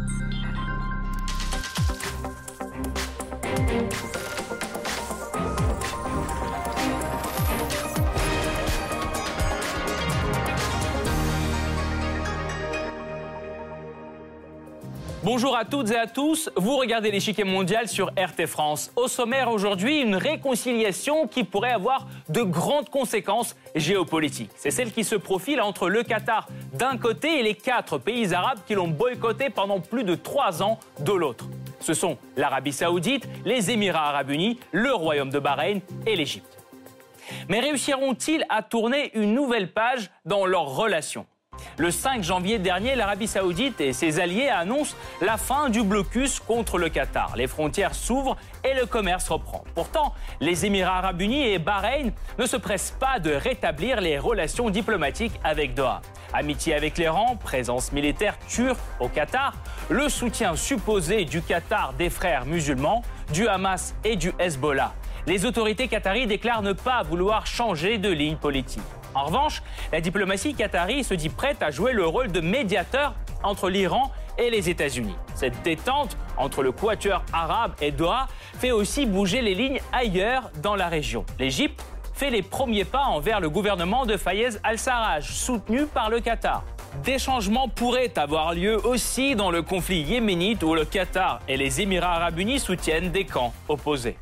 Bonjour à toutes et à tous, vous regardez l'échiquier mondial sur RT France. Au sommaire aujourd'hui, une réconciliation qui pourrait avoir de grandes conséquences géopolitiques. C'est celle qui se profile entre le Qatar d'un côté et les 4 pays arabes qui l'ont boycotté pendant plus de 3 ans de l'autre. Ce sont l'Arabie Saoudite, les Émirats Arabes Unis, le Royaume de Bahreïn et l'Égypte. Mais réussiront-ils à tourner une nouvelle page dans leurs relations ? Le 5 janvier dernier, l'Arabie Saoudite et ses alliés annoncent la fin du blocus contre le Qatar. Les frontières s'ouvrent et le commerce reprend. Pourtant, les Émirats Arabes Unis et Bahreïn ne se pressent pas de rétablir les relations diplomatiques avec Doha. Amitié avec l'Iran, présence militaire turque au Qatar, le soutien supposé du Qatar des frères musulmans, du Hamas et du Hezbollah. Les autorités qataries déclarent ne pas vouloir changer de ligne politique. En revanche, la diplomatie qatari se dit prête à jouer le rôle de médiateur entre l'Iran et les États-Unis. Cette détente entre le quatuor arabe et Doha fait aussi bouger les lignes ailleurs dans la région. L'Égypte fait les premiers pas envers le gouvernement de Fayez al-Sarraj, soutenu par le Qatar. Des changements pourraient avoir lieu aussi dans le conflit yéménite où le Qatar et les Émirats Arabes Unis soutiennent des camps opposés.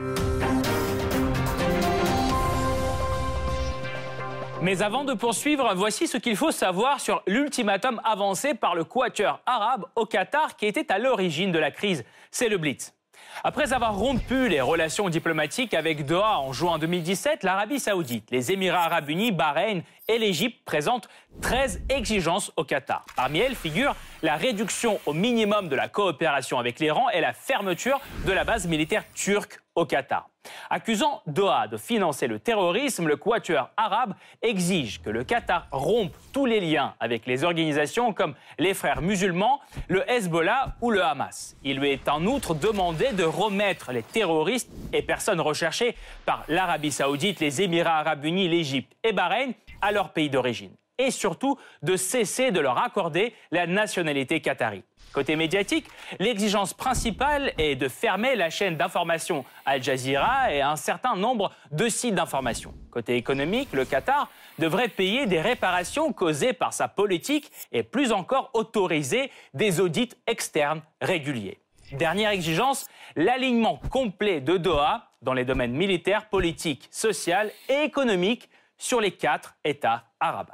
Mais avant de poursuivre, voici ce qu'il faut savoir sur l'ultimatum avancé par le quatuor arabe au Qatar qui était à l'origine de la crise. C'est le Blitz. Après avoir rompu les relations diplomatiques avec Doha en juin 2017, l'Arabie Saoudite, les Émirats Arabes Unis, Bahreïn et l'Égypte présentent 13 exigences au Qatar. Parmi elles figure la réduction au minimum de la coopération avec l'Iran et la fermeture de la base militaire turque au Qatar. Accusant Doha de financer le terrorisme, le quatuor arabe exige que le Qatar rompe tous les liens avec les organisations comme les Frères musulmans, le Hezbollah ou le Hamas. Il lui est en outre demandé de remettre les terroristes et personnes recherchées par l'Arabie Saoudite, les Émirats Arabes Unis, l'Égypte et Bahreïn à leur pays d'origine. Et surtout de cesser de leur accorder la nationalité qatari. Côté médiatique, l'exigence principale est de fermer la chaîne d'information Al Jazeera et un certain nombre de sites d'information. Côté économique, le Qatar devrait payer des réparations causées par sa politique et plus encore autoriser des audits externes réguliers. Dernière exigence, l'alignement complet de Doha dans les domaines militaires, politiques, social et économiques sur les 4 États arabes.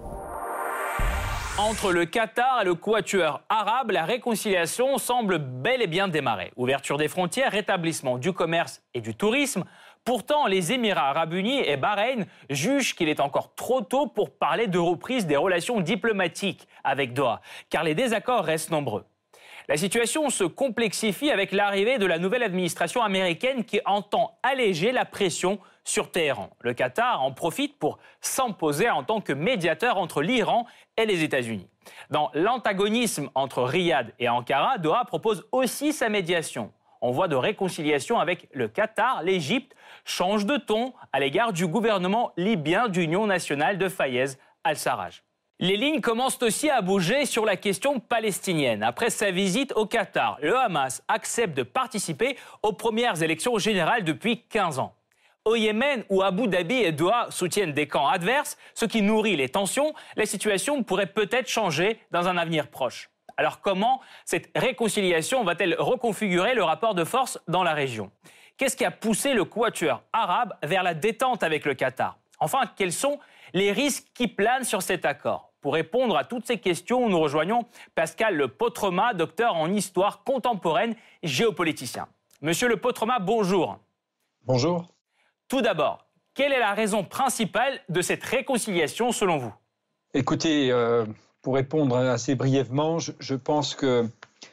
Entre le Qatar et le quatuor arabe, la réconciliation semble bel et bien démarrer. Ouverture des frontières, rétablissement du commerce et du tourisme. Pourtant, les Émirats Arabes Unis et Bahreïn jugent qu'il est encore trop tôt pour parler de reprise des relations diplomatiques avec Doha, car les désaccords restent nombreux. La situation se complexifie avec l'arrivée de la nouvelle administration américaine qui entend alléger la pression sur Téhéran. Le Qatar en profite pour s'imposer en tant que médiateur entre l'Iran et les États-Unis. Dans l'antagonisme entre Riyad et Ankara, Doha propose aussi sa médiation. En voie de réconciliation avec le Qatar, l'Égypte change de ton à l'égard du gouvernement libyen d'union nationale de Fayez al-Sarraj. Les lignes commencent aussi à bouger sur la question palestinienne. Après sa visite au Qatar, le Hamas accepte de participer aux premières élections générales depuis 15 ans. Au Yémen, où Abu Dhabi et Doha soutiennent des camps adverses, ce qui nourrit les tensions, la situation pourrait peut-être changer dans un avenir proche. Alors comment cette réconciliation va-t-elle reconfigurer le rapport de force dans la région ? Qu'est-ce qui a poussé le quatuor arabe vers la détente avec le Qatar ? Enfin, quels sont les risques qui planent sur cet accord ? Pour répondre à toutes ces questions, nous rejoignons Pascal Le Potremat, docteur en histoire contemporaine, géopoliticien. Monsieur Le Potremat, bonjour. Bonjour. Tout d'abord, quelle est la raison principale de cette réconciliation selon vous ? Écoutez, pour répondre assez brièvement, je pense que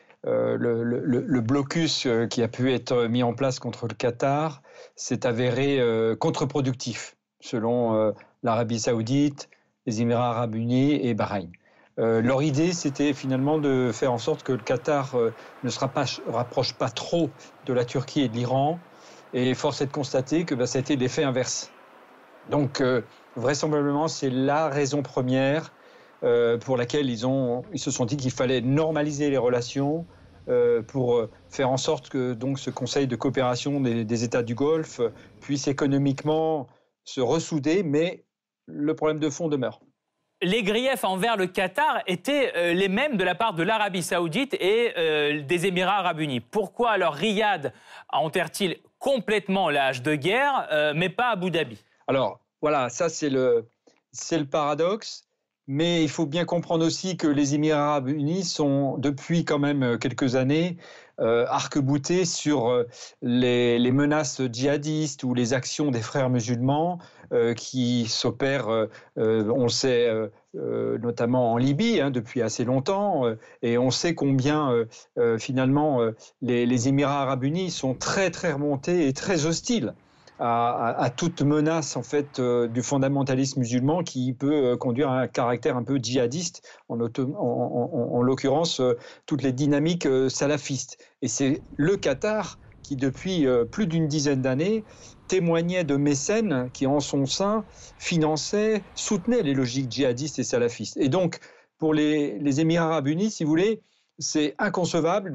le blocus qui a pu être mis en place contre le Qatar s'est avéré contre-productif, selon l'Arabie Saoudite, les Émirats Arabes Unis et Bahreïn. Leur idée, c'était finalement de faire en sorte que le Qatar ne se rapproche pas trop de la Turquie et de l'Iran. Et force est de constater que ça a été l'effet inverse. Donc, vraisemblablement, c'est la raison première pour laquelle ils se sont dit qu'il fallait normaliser les relations pour faire en sorte que donc, ce Conseil de coopération des États du Golfe puisse économiquement se ressouder, mais le problème de fond demeure. Les griefs envers le Qatar étaient les mêmes de la part de l'Arabie Saoudite et des Émirats Arabes Unis. Pourquoi alors Riyad enterre-t-il complètement la hache de guerre, mais pas Abu Dhabi? Alors voilà, ça c'est le paradoxe. Mais il faut bien comprendre aussi que les Émirats Arabes Unis sont, depuis quand même quelques années, arc-boutés sur les menaces djihadistes ou les actions des frères musulmans qui s'opèrent, on le sait, notamment en Libye, depuis assez longtemps. Et on sait combien, finalement, les Émirats Arabes Unis sont très, très remontés et très hostiles à toute menace en fait du fondamentalisme musulman qui peut conduire à un caractère un peu djihadiste, en l'occurrence toutes les dynamiques salafistes. Et c'est le Qatar qui, depuis plus d'une dizaine d'années, témoignait de mécènes qui, en son sein, finançaient, soutenaient les logiques djihadistes et salafistes. Et donc, pour les Émirats Arabes Unis, si vous voulez, c'est inconcevable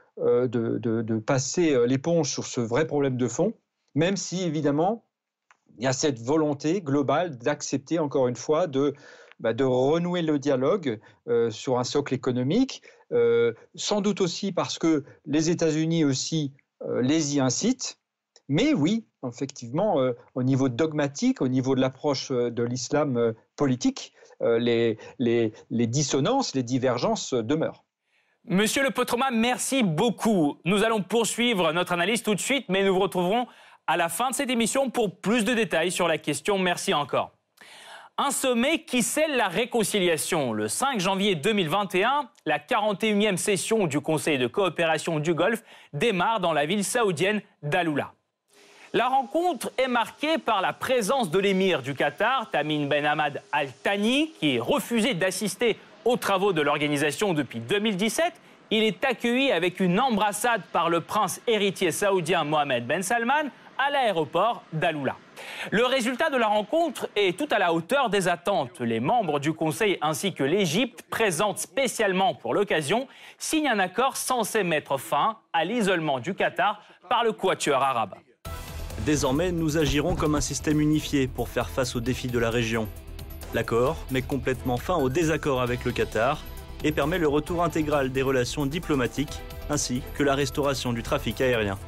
de passer l'éponge sur ce vrai problème de fond, même si, évidemment, il y a cette volonté globale d'accepter, encore une fois, de renouer le dialogue sur un socle économique, sans doute aussi parce que les États-Unis aussi les y incitent. Mais oui, effectivement, au niveau dogmatique, au niveau de l'approche de l'islam politique, les dissonances, les divergences demeurent. Monsieur Le Petroma, merci beaucoup. Nous allons poursuivre notre analyse tout de suite, mais nous vous retrouverons à la fin de cette émission pour plus de détails sur la question. Merci encore. Un sommet qui scelle la réconciliation. Le 5 janvier 2021, la 41e session du Conseil de coopération du Golfe démarre dans la ville saoudienne d'Aloula. La rencontre est marquée par la présence de l'émir du Qatar, Tamim Ben Hamad Al Thani, qui est refusé d'assister aux travaux de l'organisation depuis 2017. Il est accueilli avec une embrassade par le prince héritier saoudien Mohammed Ben Salman à l'aéroport d'Aloula. Le résultat de la rencontre est tout à la hauteur des attentes. Les membres du Conseil ainsi que l'Égypte, présentes spécialement pour l'occasion, signent un accord censé mettre fin à l'isolement du Qatar par le quatuor arabe. Désormais, nous agirons comme un système unifié pour faire face aux défis de la région. L'accord met complètement fin au désaccord avec le Qatar et permet le retour intégral des relations diplomatiques ainsi que la restauration du trafic aérien.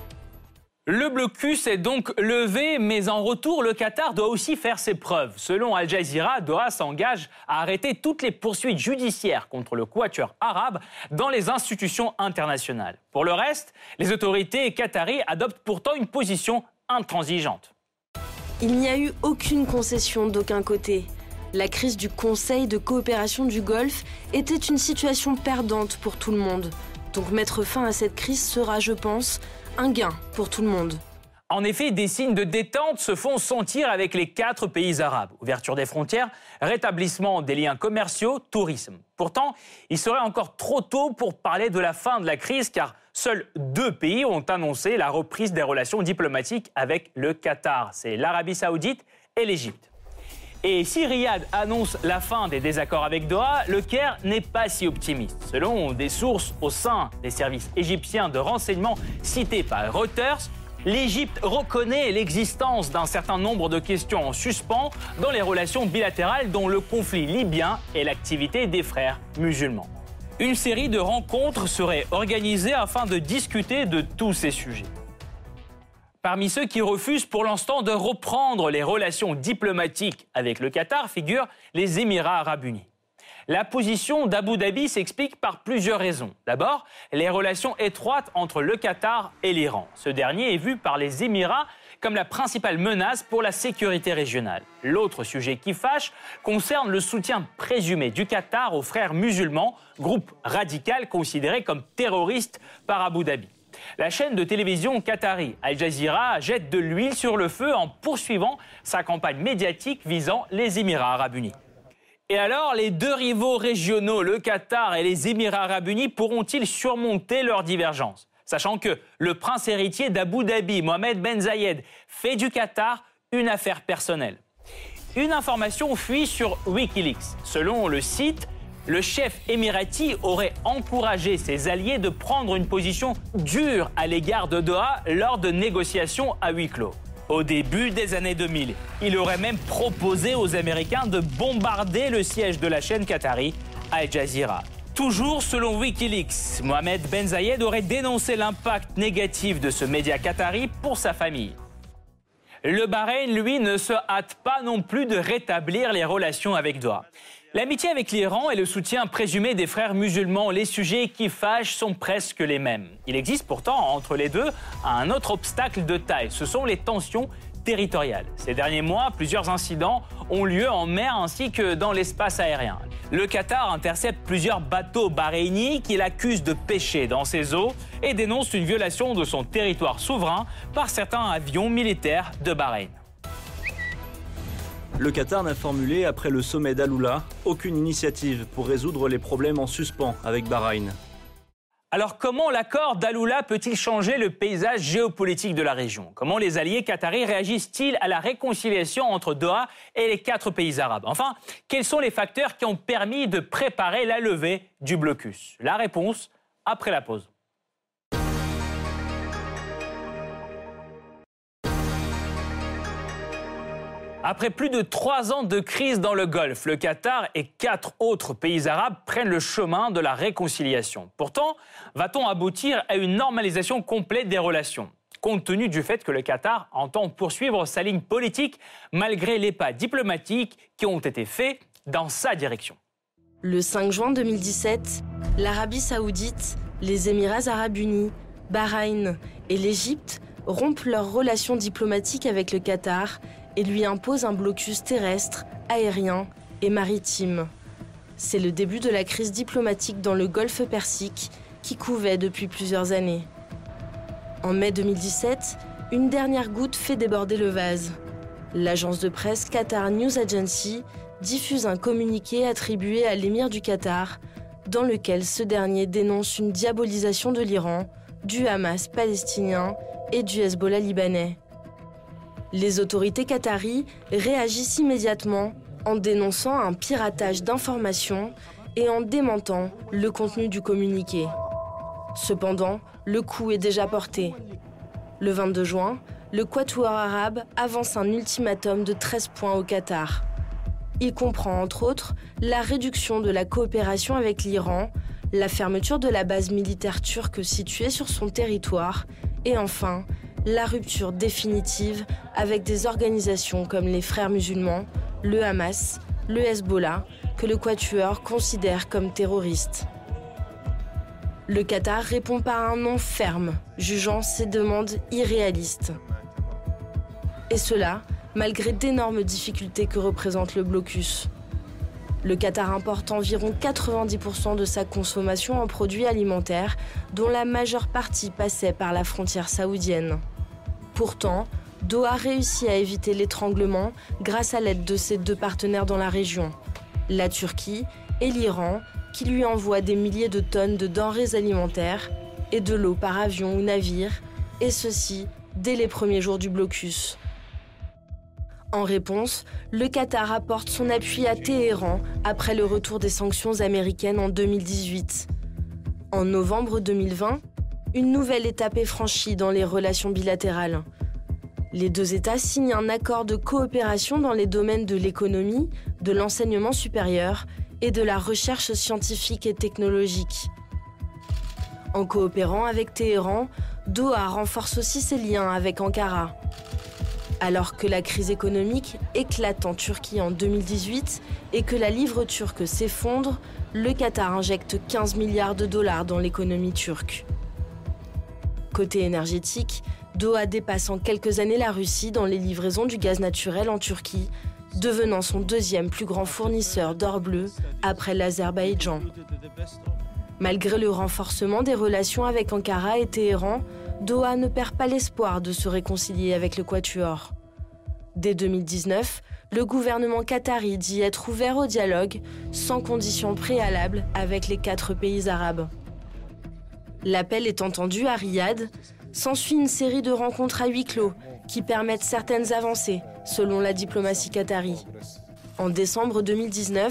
Le blocus est donc levé, mais en retour, le Qatar doit aussi faire ses preuves. Selon Al Jazeera, Doha s'engage à arrêter toutes les poursuites judiciaires contre le quatuor arabe dans les institutions internationales. Pour le reste, les autorités qataries adoptent pourtant une position intransigeante. Il n'y a eu aucune concession d'aucun côté. La crise du Conseil de coopération du Golfe était une situation perdante pour tout le monde. Donc mettre fin à cette crise sera, je pense, un gain pour tout le monde. En effet, des signes de détente se font sentir avec les 4 pays arabes. Ouverture des frontières, rétablissement des liens commerciaux, tourisme. Pourtant, il serait encore trop tôt pour parler de la fin de la crise car seuls 2 pays ont annoncé la reprise des relations diplomatiques avec le Qatar. C'est l'Arabie Saoudite et l'Égypte. Et si Riyad annonce la fin des désaccords avec Doha, le Caire n'est pas si optimiste. Selon des sources au sein des services égyptiens de renseignement cités par Reuters, l'Égypte reconnaît l'existence d'un certain nombre de questions en suspens dans les relations bilatérales dont le conflit libyen et l'activité des frères musulmans. Une série de rencontres serait organisée afin de discuter de tous ces sujets. Parmi ceux qui refusent pour l'instant de reprendre les relations diplomatiques avec le Qatar figurent les Émirats Arabes Unis. La position d'Abu Dhabi s'explique par plusieurs raisons. D'abord, les relations étroites entre le Qatar et l'Iran. Ce dernier est vu par les Émirats comme la principale menace pour la sécurité régionale. L'autre sujet qui fâche concerne le soutien présumé du Qatar aux frères musulmans, groupe radical considéré comme terroriste par Abu Dhabi. La chaîne de télévision qatari Al Jazeera jette de l'huile sur le feu en poursuivant sa campagne médiatique visant les Émirats Arabes Unis. Et alors, les 2 rivaux régionaux, le Qatar et les Émirats Arabes Unis, pourront-ils surmonter leurs divergences ? Sachant que le prince héritier d'Abu Dhabi, Mohammed Ben Zayed, fait du Qatar une affaire personnelle. Une information fuit sur Wikileaks. Selon le site, Le chef émirati aurait encouragé ses alliés de prendre une position dure à l'égard de Doha lors de négociations à huis clos. Au début des années 2000, il aurait même proposé aux Américains de bombarder le siège de la chaîne qatari Al Jazeera. Toujours selon Wikileaks, Mohamed Ben Zayed aurait dénoncé l'impact négatif de ce média qatari pour sa famille. Le Bahreïn, lui, ne se hâte pas non plus de rétablir les relations avec Doha. L'amitié avec l'Iran et le soutien présumé des frères musulmans, les sujets qui fâchent sont presque les mêmes. Il existe pourtant entre les deux un autre obstacle de taille, ce sont les tensions territoriales. Ces derniers mois, plusieurs incidents ont lieu en mer ainsi que dans l'espace aérien. Le Qatar intercepte plusieurs bateaux bahreïnis qu'il accuse de pêcher dans ses eaux et dénonce une violation de son territoire souverain par certains avions militaires de Bahreïn. Le Qatar n'a formulé, après le sommet d'Al-Oula, aucune initiative pour résoudre les problèmes en suspens avec Bahreïn. Alors comment l'accord d'Al-Oula peut-il changer le paysage géopolitique de la région? Comment les alliés qataris réagissent-ils à la réconciliation entre Doha et les 4 pays arabes? Enfin, quels sont les facteurs qui ont permis de préparer la levée du blocus? La réponse après la pause. Après plus de 3 ans de crise dans le Golfe, le Qatar et 4 autres pays arabes prennent le chemin de la réconciliation. Pourtant, va-t-on aboutir à une normalisation complète des relations? Compte tenu du fait que le Qatar entend poursuivre sa ligne politique malgré les pas diplomatiques qui ont été faits dans sa direction. Le 5 juin 2017, l'Arabie saoudite, les Émirats arabes unis, Bahreïn et l'Égypte rompent leurs relations diplomatiques avec le Qatar et lui impose un blocus terrestre, aérien et maritime. C'est le début de la crise diplomatique dans le Golfe Persique qui couvait depuis plusieurs années. En mai 2017, une dernière goutte fait déborder le vase. L'agence de presse Qatar News Agency diffuse un communiqué attribué à l'émir du Qatar, dans lequel ce dernier dénonce une diabolisation de l'Iran, du Hamas palestinien et du Hezbollah libanais. Les autorités qataries réagissent immédiatement en dénonçant un piratage d'informations et en démentant le contenu du communiqué. Cependant, le coup est déjà porté. Le 22 juin, le Quatuor arabe avance un ultimatum de 13 points au Qatar. Il comprend entre autres la réduction de la coopération avec l'Iran, la fermeture de la base militaire turque située sur son territoire et enfin la rupture définitive avec des organisations comme les Frères musulmans, le Hamas, le Hezbollah, que le Quatuor considère comme terroristes. Le Qatar répond par un non ferme, jugeant ces demandes irréalistes. Et cela, malgré d'énormes difficultés que représente le blocus. Le Qatar importe environ 90% de sa consommation en produits alimentaires, dont la majeure partie passait par la frontière saoudienne. Pourtant, Doha réussit à éviter l'étranglement grâce à l'aide de ses 2 partenaires dans la région, la Turquie et l'Iran, qui lui envoient des milliers de tonnes de denrées alimentaires et de l'eau par avion ou navire, et ceci dès les premiers jours du blocus. En réponse, le Qatar apporte son appui à Téhéran après le retour des sanctions américaines en 2018. En novembre 2020, une nouvelle étape est franchie dans les relations bilatérales. Les 2 États signent un accord de coopération dans les domaines de l'économie, de l'enseignement supérieur et de la recherche scientifique et technologique. En coopérant avec Téhéran, Doha renforce aussi ses liens avec Ankara. Alors que la crise économique éclate en Turquie en 2018 et que la livre turque s'effondre, le Qatar injecte 15 milliards de dollars dans l'économie turque. Côté énergétique, Doha dépasse en quelques années la Russie dans les livraisons du gaz naturel en Turquie, devenant son 2e plus grand fournisseur d'or bleu après l'Azerbaïdjan. Malgré le renforcement des relations avec Ankara et Téhéran, Doha ne perd pas l'espoir de se réconcilier avec le Quatuor. Dès 2019, le gouvernement qatari dit être ouvert au dialogue sans conditions préalables avec les 4 pays arabes. L'appel est entendu à Riyad, s'ensuit une série de rencontres à huis clos qui permettent certaines avancées, selon la diplomatie qatari. En décembre 2019,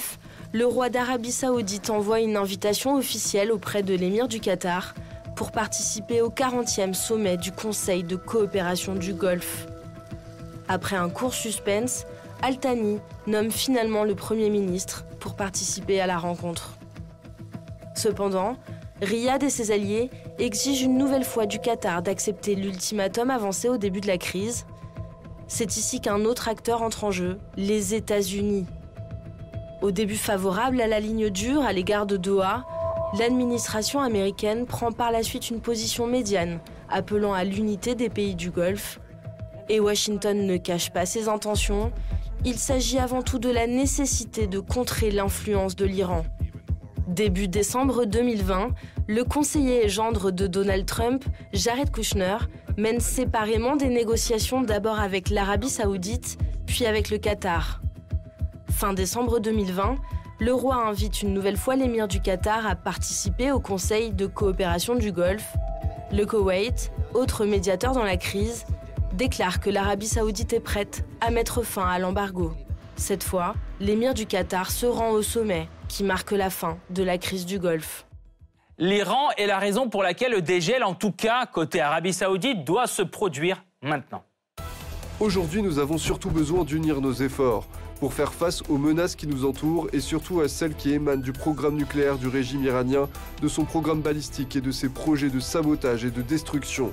le roi d'Arabie Saoudite envoie une invitation officielle auprès de l'émir du Qatar pour participer au 40e sommet du Conseil de coopération du Golfe. Après un court suspense, Al Thani nomme finalement le Premier ministre pour participer à la rencontre. Cependant, Riyad et ses alliés exigent une nouvelle fois du Qatar d'accepter l'ultimatum avancé au début de la crise. C'est ici qu'un autre acteur entre en jeu, les États-Unis. Au début favorable à la ligne dure à l'égard de Doha, l'administration américaine prend par la suite une position médiane, appelant à l'unité des pays du Golfe. Et Washington ne cache pas ses intentions. Il s'agit avant tout de la nécessité de contrer l'influence de l'Iran. Début décembre 2020, le conseiller et gendre de Donald Trump, Jared Kushner, mène séparément des négociations d'abord avec l'Arabie Saoudite, puis avec le Qatar. Fin décembre 2020, le roi invite une nouvelle fois l'émir du Qatar à participer au Conseil de coopération du Golfe. Le Koweït, autre médiateur dans la crise, déclare que l'Arabie Saoudite est prête à mettre fin à l'embargo. Cette fois, l'émir du Qatar se rend au sommet qui marque la fin de la crise du Golfe. L'Iran est la raison pour laquelle le dégel, en tout cas côté Arabie Saoudite, doit se produire maintenant. Aujourd'hui, nous avons surtout besoin d'unir nos efforts pour faire face aux menaces qui nous entourent et surtout à celles qui émanent du programme nucléaire du régime iranien, de son programme balistique et de ses projets de sabotage et de destruction.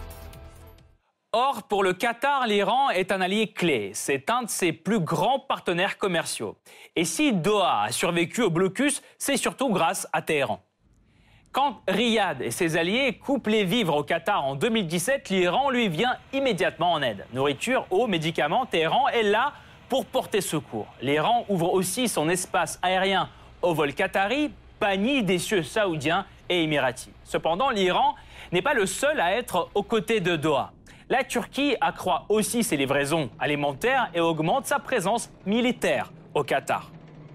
Or, pour le Qatar, l'Iran est un allié clé. C'est un de ses plus grands partenaires commerciaux. Et si Doha a survécu au blocus, c'est surtout grâce à Téhéran. Quand Riyad et ses alliés coupent les vivres au Qatar en 2017, l'Iran lui vient immédiatement en aide. Nourriture, eau, médicaments, Téhéran est là pour porter secours. L'Iran ouvre aussi son espace aérien au vol qatari, banni des cieux saoudiens et émiratis. Cependant, l'Iran n'est pas le seul à être aux côtés de Doha. La Turquie accroît aussi ses livraisons alimentaires et augmente sa présence militaire au Qatar.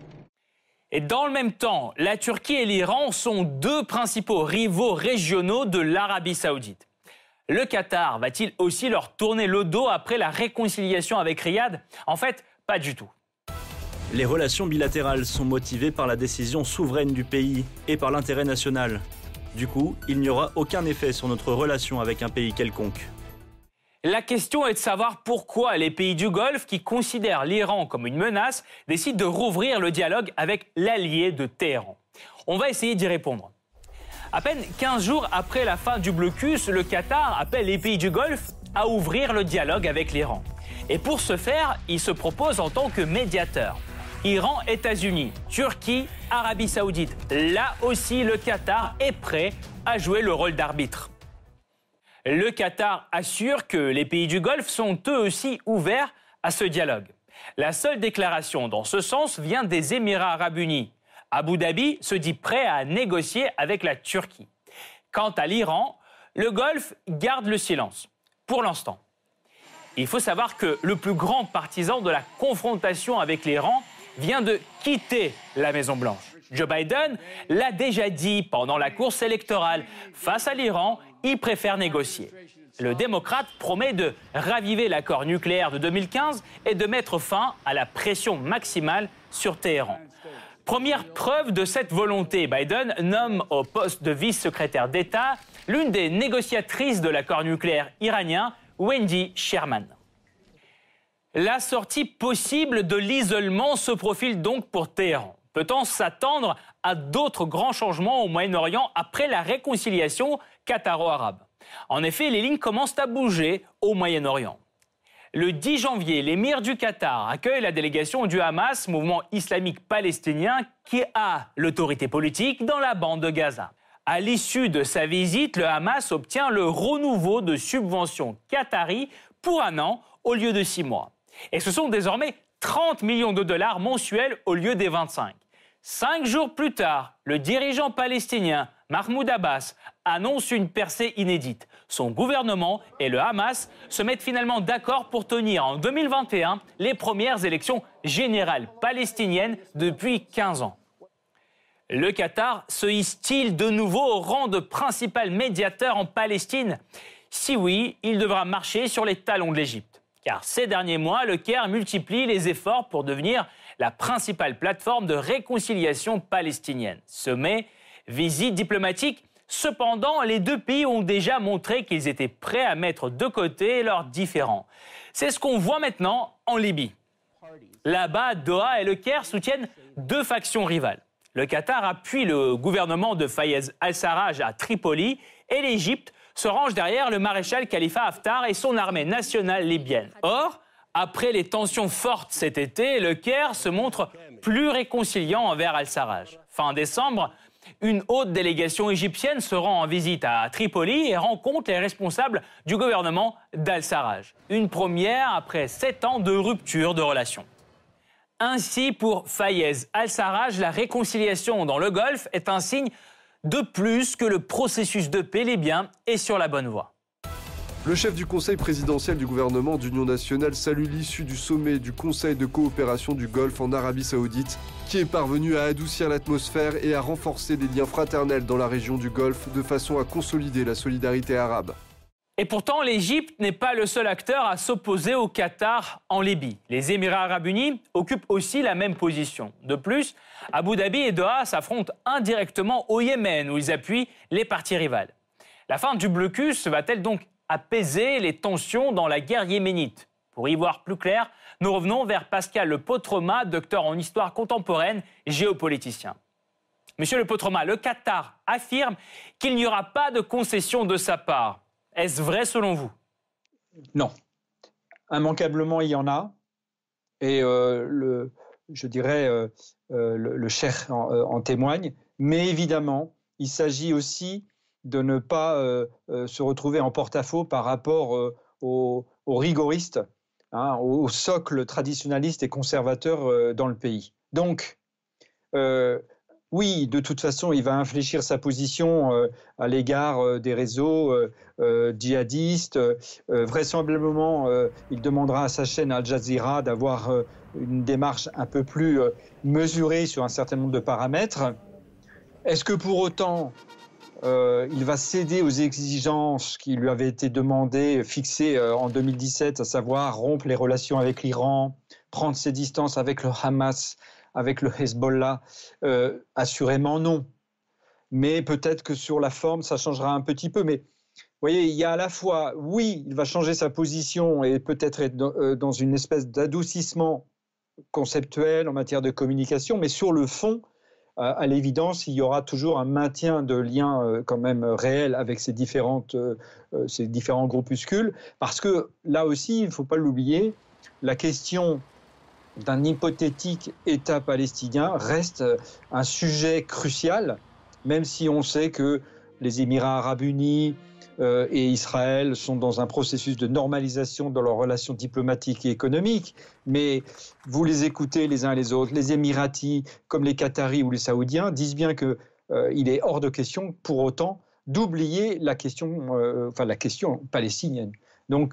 Et dans le même temps, la Turquie et l'Iran sont deux principaux rivaux régionaux de l'Arabie Saoudite. Le Qatar va-t-il aussi leur tourner le dos après la réconciliation avec Riyad? En fait, pas du tout. Les relations bilatérales sont motivées par la décision souveraine du pays et par l'intérêt national. Du coup, il n'y aura aucun effet sur notre relation avec un pays quelconque. La question est de savoir pourquoi les pays du Golfe, qui considèrent l'Iran comme une menace, décident de rouvrir le dialogue avec l'allié de Téhéran. On va essayer d'y répondre. À peine 15 jours après la fin du blocus, le Qatar appelle les pays du Golfe à ouvrir le dialogue avec l'Iran. Et pour ce faire, il se propose en tant que médiateur. Iran, États-Unis, Turquie, Arabie Saoudite. Là aussi, le Qatar est prêt à jouer le rôle d'arbitre. Le Qatar assure que les pays du Golfe sont eux aussi ouverts à ce dialogue. La seule déclaration dans ce sens vient des Émirats arabes unis. Abu Dhabi se dit prêt à négocier avec la Turquie. Quant à l'Iran, le Golfe garde le silence, pour l'instant. Il faut savoir que le plus grand partisan de la confrontation avec l'Iran vient de quitter la Maison-Blanche. Joe Biden l'a déjà dit pendant la course électorale. Face à l'Iran, il préfère négocier. Le démocrate promet de raviver l'accord nucléaire de 2015 et de mettre fin à la pression maximale sur Téhéran. Première preuve de cette volonté, Biden nomme au poste de vice-secrétaire d'État l'une des négociatrices de l'accord nucléaire iranien, Wendy Sherman. La sortie possible de l'isolement se profile donc pour Téhéran. Peut-on s'attendre à d'autres grands changements au Moyen-Orient après la réconciliation qataro-arabe? En effet, les lignes commencent à bouger au Moyen-Orient. Le 10 janvier, l'émir du Qatar accueille la délégation du Hamas, mouvement islamique palestinien, qui a l'autorité politique dans la bande de Gaza. À l'issue de sa visite, le Hamas obtient le renouveau de subventions qataries pour un an au lieu de 6 mois. Et ce sont désormais 30 millions de dollars mensuels au lieu des 25. 5 jours plus tard, le dirigeant palestinien Mahmoud Abbas annonce une percée inédite. Son gouvernement et le Hamas se mettent finalement d'accord pour tenir en 2021 les premières élections générales palestiniennes depuis 15 ans. Le Qatar se hisse-t-il de nouveau au rang de principal médiateur en Palestine? Si oui, il devra marcher sur les talons de l'Égypte. Car ces derniers mois, le Caire multiplie les efforts pour devenir la principale plateforme de réconciliation palestinienne. Sommet, visite diplomatique. Cependant, les deux pays ont déjà montré qu'ils étaient prêts à mettre de côté leurs différends. C'est ce qu'on voit maintenant en Libye. Là-bas, Doha et le Caire soutiennent deux factions rivales. Le Qatar appuie le gouvernement de Fayez al-Sarraj à Tripoli et l'Égypte se range derrière le maréchal Khalifa Haftar et son armée nationale libyenne. Or, après les tensions fortes cet été, le Caire se montre plus réconciliant envers al-Sarraj. Fin décembre, une haute délégation égyptienne se rend en visite à Tripoli et rencontre les responsables du gouvernement d'al-Sarraj. Une première après 7 ans de rupture de relations. Ainsi, pour Fayez al-Sarraj, la réconciliation dans le Golfe est un signe de plus que le processus de paix libyen est sur la bonne voie. Le chef du conseil présidentiel du gouvernement d'Union nationale salue l'issue du sommet du Conseil de coopération du Golfe en Arabie saoudite, qui est parvenu à adoucir l'atmosphère et à renforcer les liens fraternels dans la région du Golfe de façon à consolider la solidarité arabe. Et pourtant, l'Égypte n'est pas le seul acteur à s'opposer au Qatar en Libye. Les Émirats arabes unis occupent aussi la même position. De plus, Abu Dhabi et Doha s'affrontent indirectement au Yémen, où ils appuient les parties rivales. La fin du blocus va-t-elle donc apaiser les tensions dans la guerre yéménite? Pour y voir plus clair, nous revenons vers Pascal Le Potroma, docteur en histoire contemporaine et géopoliticien. Monsieur Le Potroma, le Qatar affirme qu'il n'y aura pas de concession de sa part. Est-ce vrai selon vous? Non. Immanquablement, il y en a. Et le cher en témoigne. Mais évidemment, il s'agit aussi de ne pas se retrouver en porte-à-faux par rapport aux rigoristes, au socle traditionnaliste et conservateur dans le pays. Donc, oui, de toute façon, il va infléchir sa position à l'égard des réseaux djihadistes. Vraisemblablement, il demandera à sa chaîne Al Jazeera d'avoir une démarche un peu plus mesurée sur un certain nombre de paramètres. Est-ce que pour autant, il va céder aux exigences qui lui avaient été demandées, fixées en 2017, à savoir rompre les relations avec l'Iran, prendre ses distances avec le Hamas, avec le Hezbollah? Assurément non. Mais peut-être que sur la forme, ça changera un petit peu. Mais vous voyez, il y a à la fois, oui, il va changer sa position et peut-être être dans une espèce d'adoucissement conceptuel en matière de communication, mais sur le fond, à l'évidence, il y aura toujours un maintien de liens quand même réels avec ces différents groupuscules, parce que là aussi, il ne faut pas l'oublier, la question d'un hypothétique État palestinien reste un sujet crucial, même si on sait que les Émirats arabes unis et Israël sont dans un processus de normalisation dans leurs relations diplomatiques et économiques. Mais vous les écoutez les uns et les autres, les Émiratis comme les Qataris ou les Saoudiens disent bien qu'il est hors de question pour autant d'oublier la question palestinienne. Donc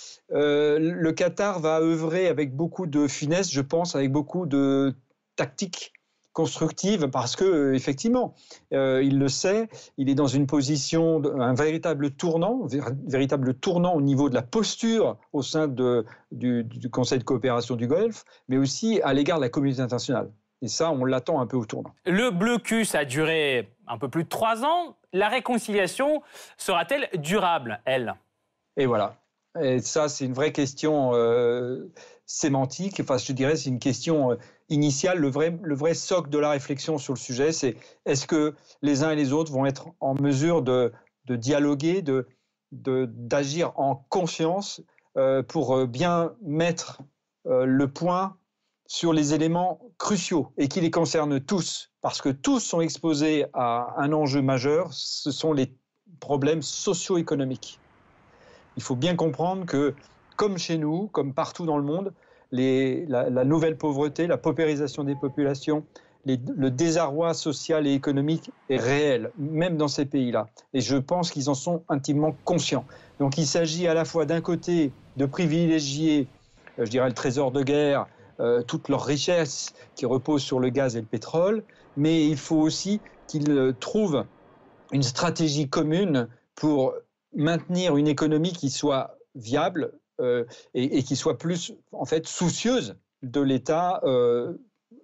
le Qatar va œuvrer avec beaucoup de finesse, je pense, avec beaucoup de tactique constructive, parce que effectivement, il le sait, il est dans une position, un véritable tournant au niveau de la posture au sein du Conseil de coopération du Golfe, mais aussi à l'égard de la communauté internationale. Et ça, on l'attend un peu au tournant. Le blocus a duré un peu plus de 3 ans. La réconciliation sera-t-elle durable, elle? Et voilà. Et ça, c'est une vraie question sémantique. Enfin, je dirais, c'est une question initiale. Le vrai socle de la réflexion sur le sujet, c'est est-ce que les uns et les autres vont être en mesure de dialoguer, d'agir en conscience pour bien mettre le point sur les éléments cruciaux et qui les concernent tous, parce que tous sont exposés à un enjeu majeur, ce sont les problèmes socio-économiques. Il faut bien comprendre que, comme chez nous, comme partout dans le monde, la nouvelle pauvreté, la paupérisation des populations, le désarroi social et économique est réel, même dans ces pays-là. Et je pense qu'ils en sont intimement conscients. Donc il s'agit à la fois d'un côté de privilégier, je dirais, le trésor de guerre, toutes leurs richesses qui reposent sur le gaz et le pétrole, mais il faut aussi qu'ils trouvent une stratégie commune pour maintenir une économie qui soit viable et qui soit plus, en fait, soucieuse de l'état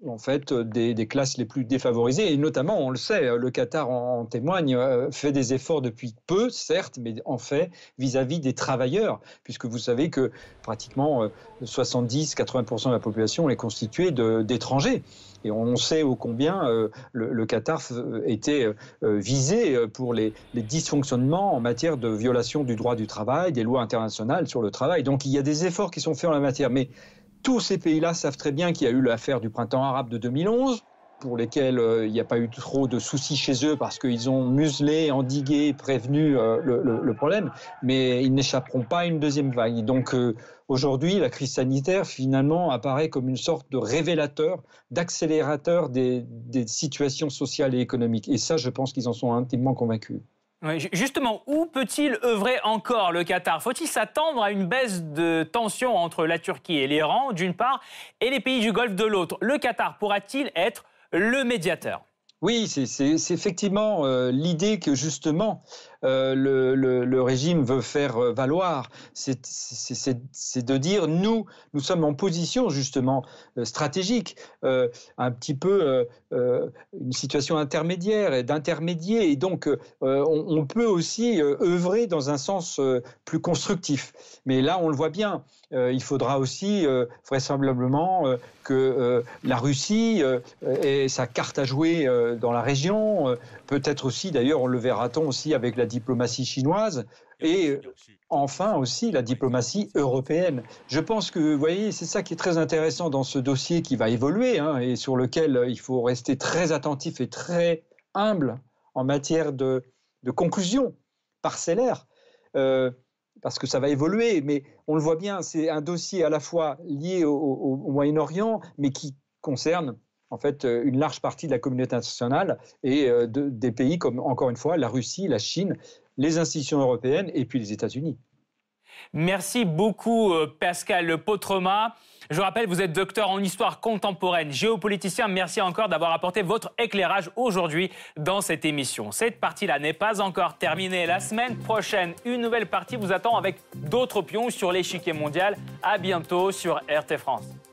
en fait des classes les plus défavorisées, et notamment, on le sait, le Qatar en témoigne, fait des efforts depuis peu, certes, mais en fait vis-à-vis des travailleurs, puisque vous savez que pratiquement 70-80% de la population est constituée d'étrangers. Et on sait ô combien le Qatar était visé pour les dysfonctionnements en matière de violation du droit du travail, des lois internationales sur le travail. Donc il y a des efforts qui sont faits en la matière. Mais tous ces pays-là savent très bien qu'il y a eu l'affaire du printemps arabe de 2011, pour lesquels il n'y a pas eu trop de soucis chez eux parce qu'ils ont muselé, endigué, prévenu le problème. Mais ils n'échapperont pas à une deuxième vague. Donc aujourd'hui, la crise sanitaire, finalement, apparaît comme une sorte de révélateur, d'accélérateur des situations sociales et économiques. Et ça, je pense qu'ils en sont intimement convaincus. Oui, justement, où peut-il œuvrer encore, le Qatar? Faut-il s'attendre à une baisse de tension entre la Turquie et l'Iran, d'une part, et les pays du Golfe de l'autre? Le Qatar pourra-t-il être le médiateur? Oui, c'est effectivement l'idée que justement le régime veut faire valoir. C'est de dire nous sommes en position justement stratégique, un petit peu une situation intermédiaire et d'intermédiaire. Et donc on peut aussi œuvrer dans un sens plus constructif. Mais là, on le voit bien. Il faudra aussi vraisemblablement que la Russie ait sa carte à jouer dans la région. Peut-être aussi, d'ailleurs, on le verra-t-on aussi avec la diplomatie chinoise. Et enfin aussi la diplomatie européenne. Je pense que, vous voyez, c'est ça qui est très intéressant dans ce dossier qui va évoluer et sur lequel il faut rester très attentif et très humble en matière de conclusion parcellaire. Parce que ça va évoluer, mais on le voit bien, c'est un dossier à la fois lié au Moyen-Orient, mais qui concerne en fait une large partie de la communauté internationale et des pays comme, encore une fois, la Russie, la Chine, les institutions européennes et puis les États-Unis. Merci beaucoup Pascal Potrema. Je rappelle, vous êtes docteur en histoire contemporaine, géopoliticien. Merci encore d'avoir apporté votre éclairage aujourd'hui dans cette émission. Cette partie-là n'est pas encore terminée. La semaine prochaine, une nouvelle partie vous attend avec d'autres pions sur l'échiquier mondial. À bientôt sur RT France.